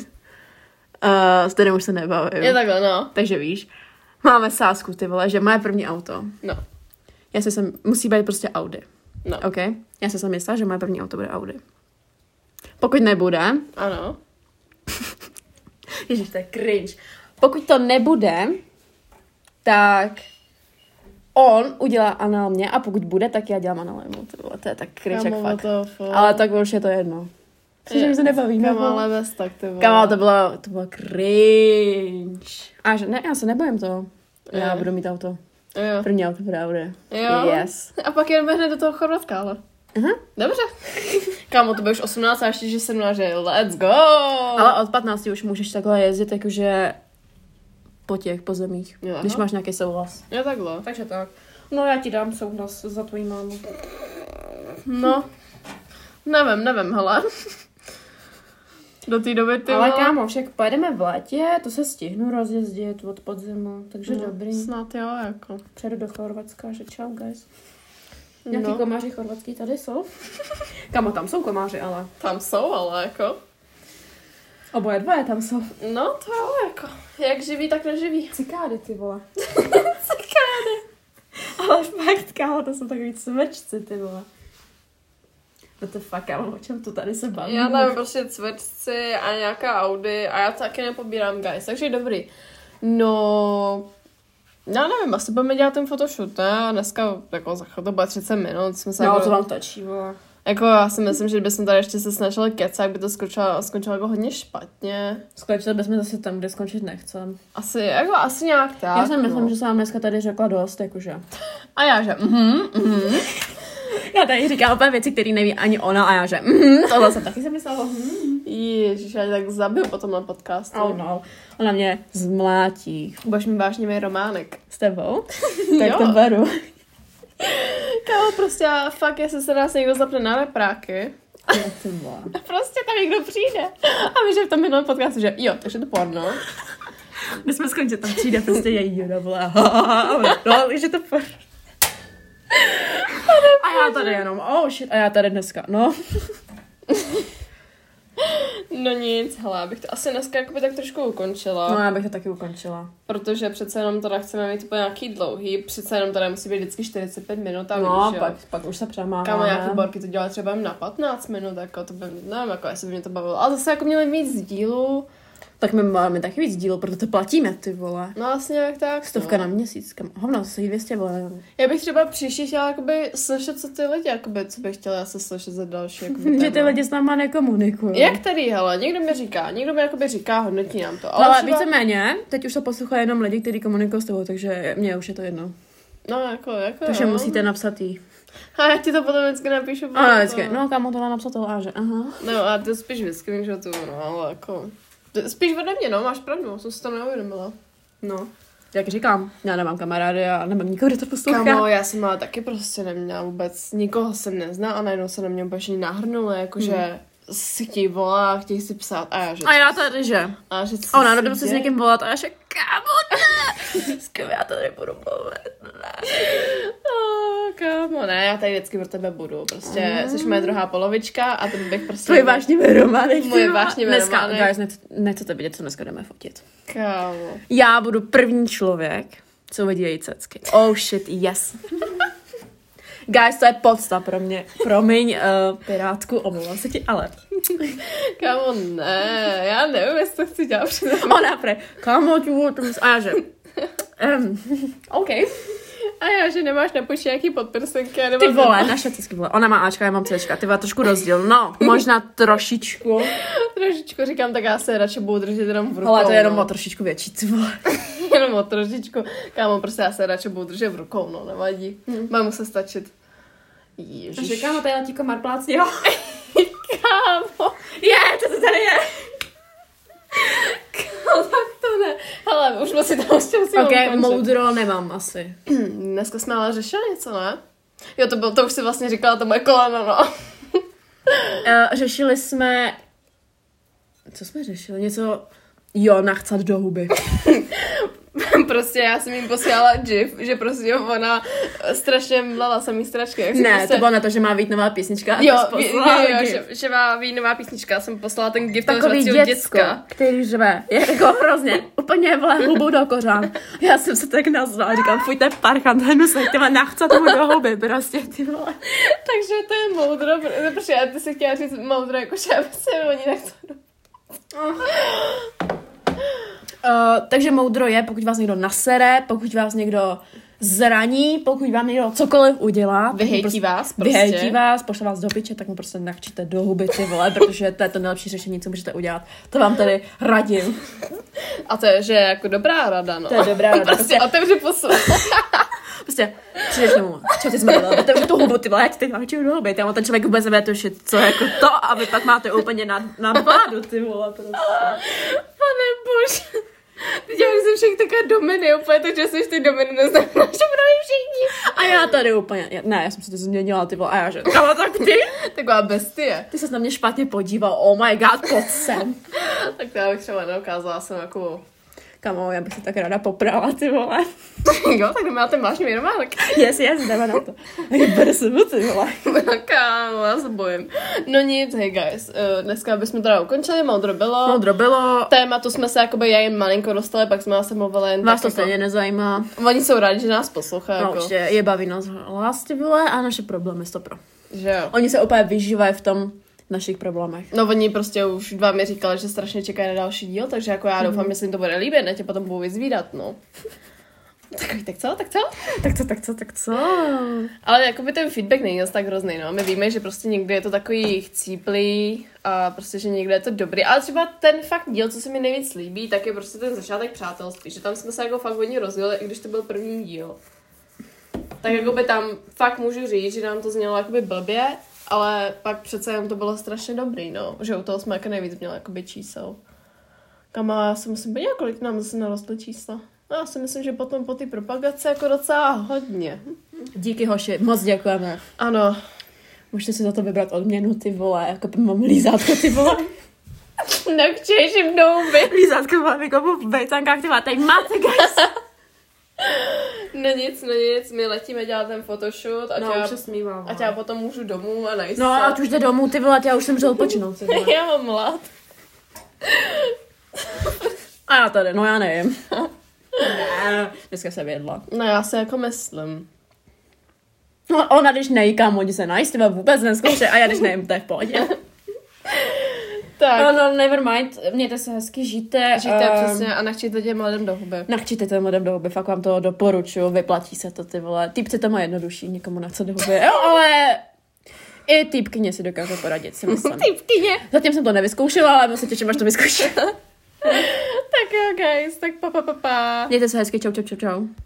[SPEAKER 1] S kterým už se nebavím.
[SPEAKER 2] Je takhle, no.
[SPEAKER 1] Takže víš, máme sázku, ty vole, že moje první auto.
[SPEAKER 2] No.
[SPEAKER 1] Musí být prostě Audi.
[SPEAKER 2] No.
[SPEAKER 1] OK? Já jsem jistá, že moje první auto bude Audi. Pokud nebude...
[SPEAKER 2] Ano.
[SPEAKER 1] Ježiš, to je cringe. Pokud to nebude, tak on udělá anal mě a pokud bude, tak já dělám anal jemu. To je tak cringe, jak fakt. Ale tak už je to jedno. Cože mi se nebaví,
[SPEAKER 2] nebo? Kámo, ale bez tak, ty vole.
[SPEAKER 1] Kámo, to bylo cringe. A že ne, já se nebojím toho. Já budu mít auto.
[SPEAKER 2] Jo.
[SPEAKER 1] První auto bude Audi.
[SPEAKER 2] Jo.
[SPEAKER 1] Yes.
[SPEAKER 2] A pak jdeme hned do toho Chorvatska, ale.
[SPEAKER 1] Aha.
[SPEAKER 2] Dobře. Kámo, to bude už 18 a ještě, že 17, že let's go.
[SPEAKER 1] Ale od 15 už můžeš takhle jezdit, jakože po těch pozemích,
[SPEAKER 2] Jo,
[SPEAKER 1] když máš nějaký souhlas.
[SPEAKER 2] Jo, takhle.
[SPEAKER 1] Takže tak. No já ti dám souhlas za tvojí mámu.
[SPEAKER 2] No. Nevím, hele. Do té doby ty
[SPEAKER 1] Ale kámo, však pojedeme v létě, to se stihnu rozjezdit od podzimu, takže dobrý.
[SPEAKER 2] Snad jo, jako.
[SPEAKER 1] Přejdu do Chorvatska, že čau, guys. Nějaký
[SPEAKER 2] No.
[SPEAKER 1] komáři chorvatský tady jsou? Kámo, tam jsou komáři, ale.
[SPEAKER 2] Tam jsou, ale jako.
[SPEAKER 1] Oboje dvoje tam jsou.
[SPEAKER 2] No, to jo, jako. Jak živý, tak neživý.
[SPEAKER 1] Cikády, ty vole.
[SPEAKER 2] Cikády.
[SPEAKER 1] Ale fakt, kámo, to jsou takový cvečci, ty vole. No to fakt, kámo, o čem to tady se baví?
[SPEAKER 2] Já nevím, prostě cvečci a nějaká Audi a já taky nepobírám, guys, takže dobrý. No, já nevím, asi budeme dělat ten photoshoot, ne? Dneska, jako za chvíli to bude 30 minut. Jsme se
[SPEAKER 1] No,
[SPEAKER 2] jako,
[SPEAKER 1] to vám tačí, vole.
[SPEAKER 2] jako já si myslím, že kdybychom tady ještě se snažili kecat, by to skončilo jako hodně špatně.
[SPEAKER 1] Skončili bychom zase tam, kde skončit nechcem.
[SPEAKER 2] Asi nějak tak.
[SPEAKER 1] Já si myslím, že jsem vám dneska tady řekla dost, jakože.
[SPEAKER 2] A já, že
[SPEAKER 1] Já tady říkám opět věci, které neví ani ona a já, že tohle jsem taky si myslela.
[SPEAKER 2] Ježiš, já tě tak zabiju po tomhle podcastu.
[SPEAKER 1] Oh no, ona mě zmlátí.
[SPEAKER 2] Budeš mi vážnivý románek.
[SPEAKER 1] S tebou? Tak
[SPEAKER 2] Jo.
[SPEAKER 1] to beru.
[SPEAKER 2] Kámo, prostě fakt, jestli se nás někdo zapne na repráky, prostě tam někdo přijde. A víš, že v tom minulém podcastu, že jo, takže to porno.
[SPEAKER 1] My jsme skončili, tam přijde prostě její joda, no, takže to porno. A já tady jenom, oh shit, a já tady dneska, no.
[SPEAKER 2] No nic, hele, já bych to asi dneska jakoby tak trošku ukončila.
[SPEAKER 1] No já bych to taky ukončila.
[SPEAKER 2] Protože přece jenom teda chceme mít úplně nějaký dlouhý, přece jenom teda musí být vždycky 45 minut a
[SPEAKER 1] No,
[SPEAKER 2] víš,
[SPEAKER 1] pak už se přemáhá.
[SPEAKER 2] Kámo, nějaký borky to dělá třeba jen na 15 minut, jako to by, nevím, jako jestli by mě to bavilo. Ale zase jako měli víc dílů.
[SPEAKER 1] Tak my máme taky víc dílů, proto to platíme, ty vole.
[SPEAKER 2] No vlastně jak tak.
[SPEAKER 1] 100 na měsíc, kam. Hovno, to se 200 vole.
[SPEAKER 2] Já bych třeba příště chtěla jakoby slyšet, co ty lidi, jakoby, co bych chtěla asi slyšet za další, jakoby,
[SPEAKER 1] Že ty lidi s náma nekomunikují.
[SPEAKER 2] Jak tady, hele, někdo mi jakoby říká, hodnotí nám to.
[SPEAKER 1] Ale
[SPEAKER 2] třeba...
[SPEAKER 1] víceméně, teď už to poslouchají jenom lidi, kteří komunikují s tebou, takže mě už je to jedno.
[SPEAKER 2] No, jako
[SPEAKER 1] takže
[SPEAKER 2] jo.
[SPEAKER 1] musíte napsat jí.
[SPEAKER 2] A já ti to potom vždycky napíšu.
[SPEAKER 1] A vždycky, no kámo, to napsat toho a že, aha.
[SPEAKER 2] No a ty spíš vždycky, že to, no, ale jako... Spíš ode mě, no, máš pravdu, jsem si to neuvědomila.
[SPEAKER 1] No. Jak říkám, já nemám kamarády a nemám nikoho, kdo to poslouchá.
[SPEAKER 2] Kámo, já jsem ale taky prostě neměla vůbec, nikoho jsem neznala a najednou se na mě úplně nahrnuli, jakože si chtějí volat, chtějí si psát a já že...
[SPEAKER 1] A já tady, že?
[SPEAKER 2] A že
[SPEAKER 1] ona jdu se s někým volat a já že, kámo, ne! S kým já tady budu mluvit, ne.
[SPEAKER 2] Kámo, ne, já tady vždycky pro tebe budu, prostě jsi moje druhá polovička a ten bych prostě...
[SPEAKER 1] Tvoje vášnivé romány.
[SPEAKER 2] Moje vášnivé romány.
[SPEAKER 1] Dneska, guys, nechcete vidět, co dneska jdeme fotit.
[SPEAKER 2] Kámo.
[SPEAKER 1] Já budu první člověk, co uvidí její cecky. Oh shit, yes. Guys, to je podsta pro mě. Promiň, pirátku, omlouvám se ti, ale...
[SPEAKER 2] Kámo, ne, já nevím, jestli to chci dělat před
[SPEAKER 1] Ona pre, kámo, a já že... OK.
[SPEAKER 2] A já, že nemáš na počí nějaký podprsenky.
[SPEAKER 1] Ty vole, naše cecky vole. Ona má Ačka, já mám Cčka. Ty vole, trošku rozdíl. No, možná trošičku.
[SPEAKER 2] Trošičku říkám, tak já se radši budu držet jenom v rukou.
[SPEAKER 1] Ale to je jenom o trošičku větší, ty vole.
[SPEAKER 2] Jenom o trošičku. Kámo, prostě já se radši budu držet v rukou, no, nevadí. Mám se stačit. Ježiš.
[SPEAKER 1] Takže kámo, tady letí komar plác, jo.
[SPEAKER 2] Kámo.
[SPEAKER 1] To tady je.
[SPEAKER 2] Kámo, tak to ne. Hele, už si tam s tím
[SPEAKER 1] Ok, moudro nemám asi.
[SPEAKER 2] Dneska jsme ale řešili něco, ne? Jo, to už si vlastně říkala, to moje koleno, no.
[SPEAKER 1] Řešili jsme... Co jsme řešili? Něco... Jo, nachcat do huby.
[SPEAKER 2] Prostě já jsem jim posílala gif, že prostě ona strašně mlala samý stračky.
[SPEAKER 1] Ne,
[SPEAKER 2] prostě...
[SPEAKER 1] to bylo na to, že má být nová písnička.
[SPEAKER 2] Jo, že má být nová písnička. Já jsem poslala ten gif toho žracího děcka.
[SPEAKER 1] Který řve. Je jako hrozně. Úplně vle hubou do kořán. Já jsem se tak nazvala. Říkám, fuj, to je parchant. Hnu se těma nachcat mu do huby. Prostě, ty vole.
[SPEAKER 2] Takže to je moudro. Protože já ty si chtěla říct moudro, jakože se oni nechcou.
[SPEAKER 1] Takže moudro je, pokud vás někdo nasere, pokud vás někdo zraní, pokud vám někdo cokoliv udělá.
[SPEAKER 2] Vyhejtí vás prostě.
[SPEAKER 1] Vyhejtí vás, pošle vás do piče, tak mu prostě nachčíte do huby, ty vole, protože to je to nejlepší řešení, co můžete udělat. To vám tady radím.
[SPEAKER 2] A to je, že jako dobrá rada, no.
[SPEAKER 1] To je dobrá rada.
[SPEAKER 2] Prostě otevři pusu.
[SPEAKER 1] Prostě přijdeš domů, čo ty jsme dělali, otevři tu hubu, ty vole, já ti teď nachčím do huby, ten člověk vůbec nebude tušit, co je jako to, a vy pak máte úplně na vládu, ty vole, prostě.
[SPEAKER 2] Pane bože. Teď já jsem všechny takové domeny, úplně to, že jsi ty domeny neznamená, že budou všichni.
[SPEAKER 1] A já tady úplně, ne, já jsem se to změnila, ty vole, a já že, ale tak ty?
[SPEAKER 2] Taková bestie.
[SPEAKER 1] Ty ses na mě špatně podíval, oh my god, pojď sem.
[SPEAKER 2] Tak to já bych třeba neukázala, jsem jako...
[SPEAKER 1] Kamo, já bych se tak ráda poprala, ty vole.
[SPEAKER 2] Jo, tak jdeme na ten vážný románek.
[SPEAKER 1] Yes, jdeme na to. Bere se mu, ty vole.
[SPEAKER 2] Kámo, já se bojím. No nic, hej guys, dneska bychom teda ukončili, moudro bylo.
[SPEAKER 1] Moudro bylo.
[SPEAKER 2] Tématu jsme se jakoby já jen malinko dostali, pak jsme se mluvili jen
[SPEAKER 1] vás
[SPEAKER 2] tak
[SPEAKER 1] to stejně jako... nezajímá.
[SPEAKER 2] Oni jsou rádi, že nás poslouchají.
[SPEAKER 1] No
[SPEAKER 2] jako.
[SPEAKER 1] určitě, je baví nás hlas, ty vole, a naše problémy, stopro.
[SPEAKER 2] Že jo.
[SPEAKER 1] Oni se úplně vyžívají v tom našich problémech.
[SPEAKER 2] No oni prostě už dva mi říkali, že strašně čekají na další díl, takže jako já doufám, že se jim to bude líbit, ne tě potom budu vyzvídat, no. Tak co? Ale jakoby ten feedback není zase tak hrozný, no. My víme, že prostě někdy je to takový chcíplý a prostě, že někde je to dobrý. Ale třeba ten fakt díl, co se mi nejvíc líbí, tak je prostě ten začátek přátelství, že tam jsme se jako fakt hodně rozdělili, i když to byl první díl. Tak jakoby tam fakt můžu říct, že nám to znělo jakoby blbě, ale pak přece jen to bylo strašně dobrý, no. Že u toho jsme jako nejvíc měli jakoby čísel. Kam já si musím být, kolik nám zase narostly čísla. No, já si myslím, že potom po té propagaci jako docela hodně.
[SPEAKER 1] Díky hoši, moc děkujeme.
[SPEAKER 2] Ano.
[SPEAKER 1] Můžete si za to vybrat odměnu, ty vole, jako mám lízátko, ty vole.
[SPEAKER 2] Nechčeš jim douby.
[SPEAKER 1] Lízátko mám jako v bejtankách, ty vole, tady máte, guys.
[SPEAKER 2] No nic, my letíme dělat ten photoshoot a já potom můžu domů a najít
[SPEAKER 1] No, ať už jde domů, ty vole, já už jsem můžu odpočinout, ty vole.
[SPEAKER 2] Já mám hlad.
[SPEAKER 1] A já tady, no já nevím. Ne, dneska jsem jedla.
[SPEAKER 2] No já si jako myslím.
[SPEAKER 1] No, ona když nejí, kámo, oni se najíst, třeba vůbec neskouše a já když nejím, to je v pohodě.
[SPEAKER 2] Tak.
[SPEAKER 1] No, never mind, mějte se hezky, žijte.
[SPEAKER 2] Žijte přesně a nechčíte těm lidem do huby.
[SPEAKER 1] Nechčíte těm lidem do huby, fakt vám to doporučuju, vyplatí se to, ty vole. Týpci to má jednodušší, nikomu nechce do huby, jo, ale i týpkyně si dokážou poradit, si myslím.
[SPEAKER 2] Týpkyně.
[SPEAKER 1] Zatím jsem to nevyzkoušela, ale se těším, až to vyzkouším.
[SPEAKER 2] Tak jo, guys, tak pa.
[SPEAKER 1] Mějte se hezky, čau.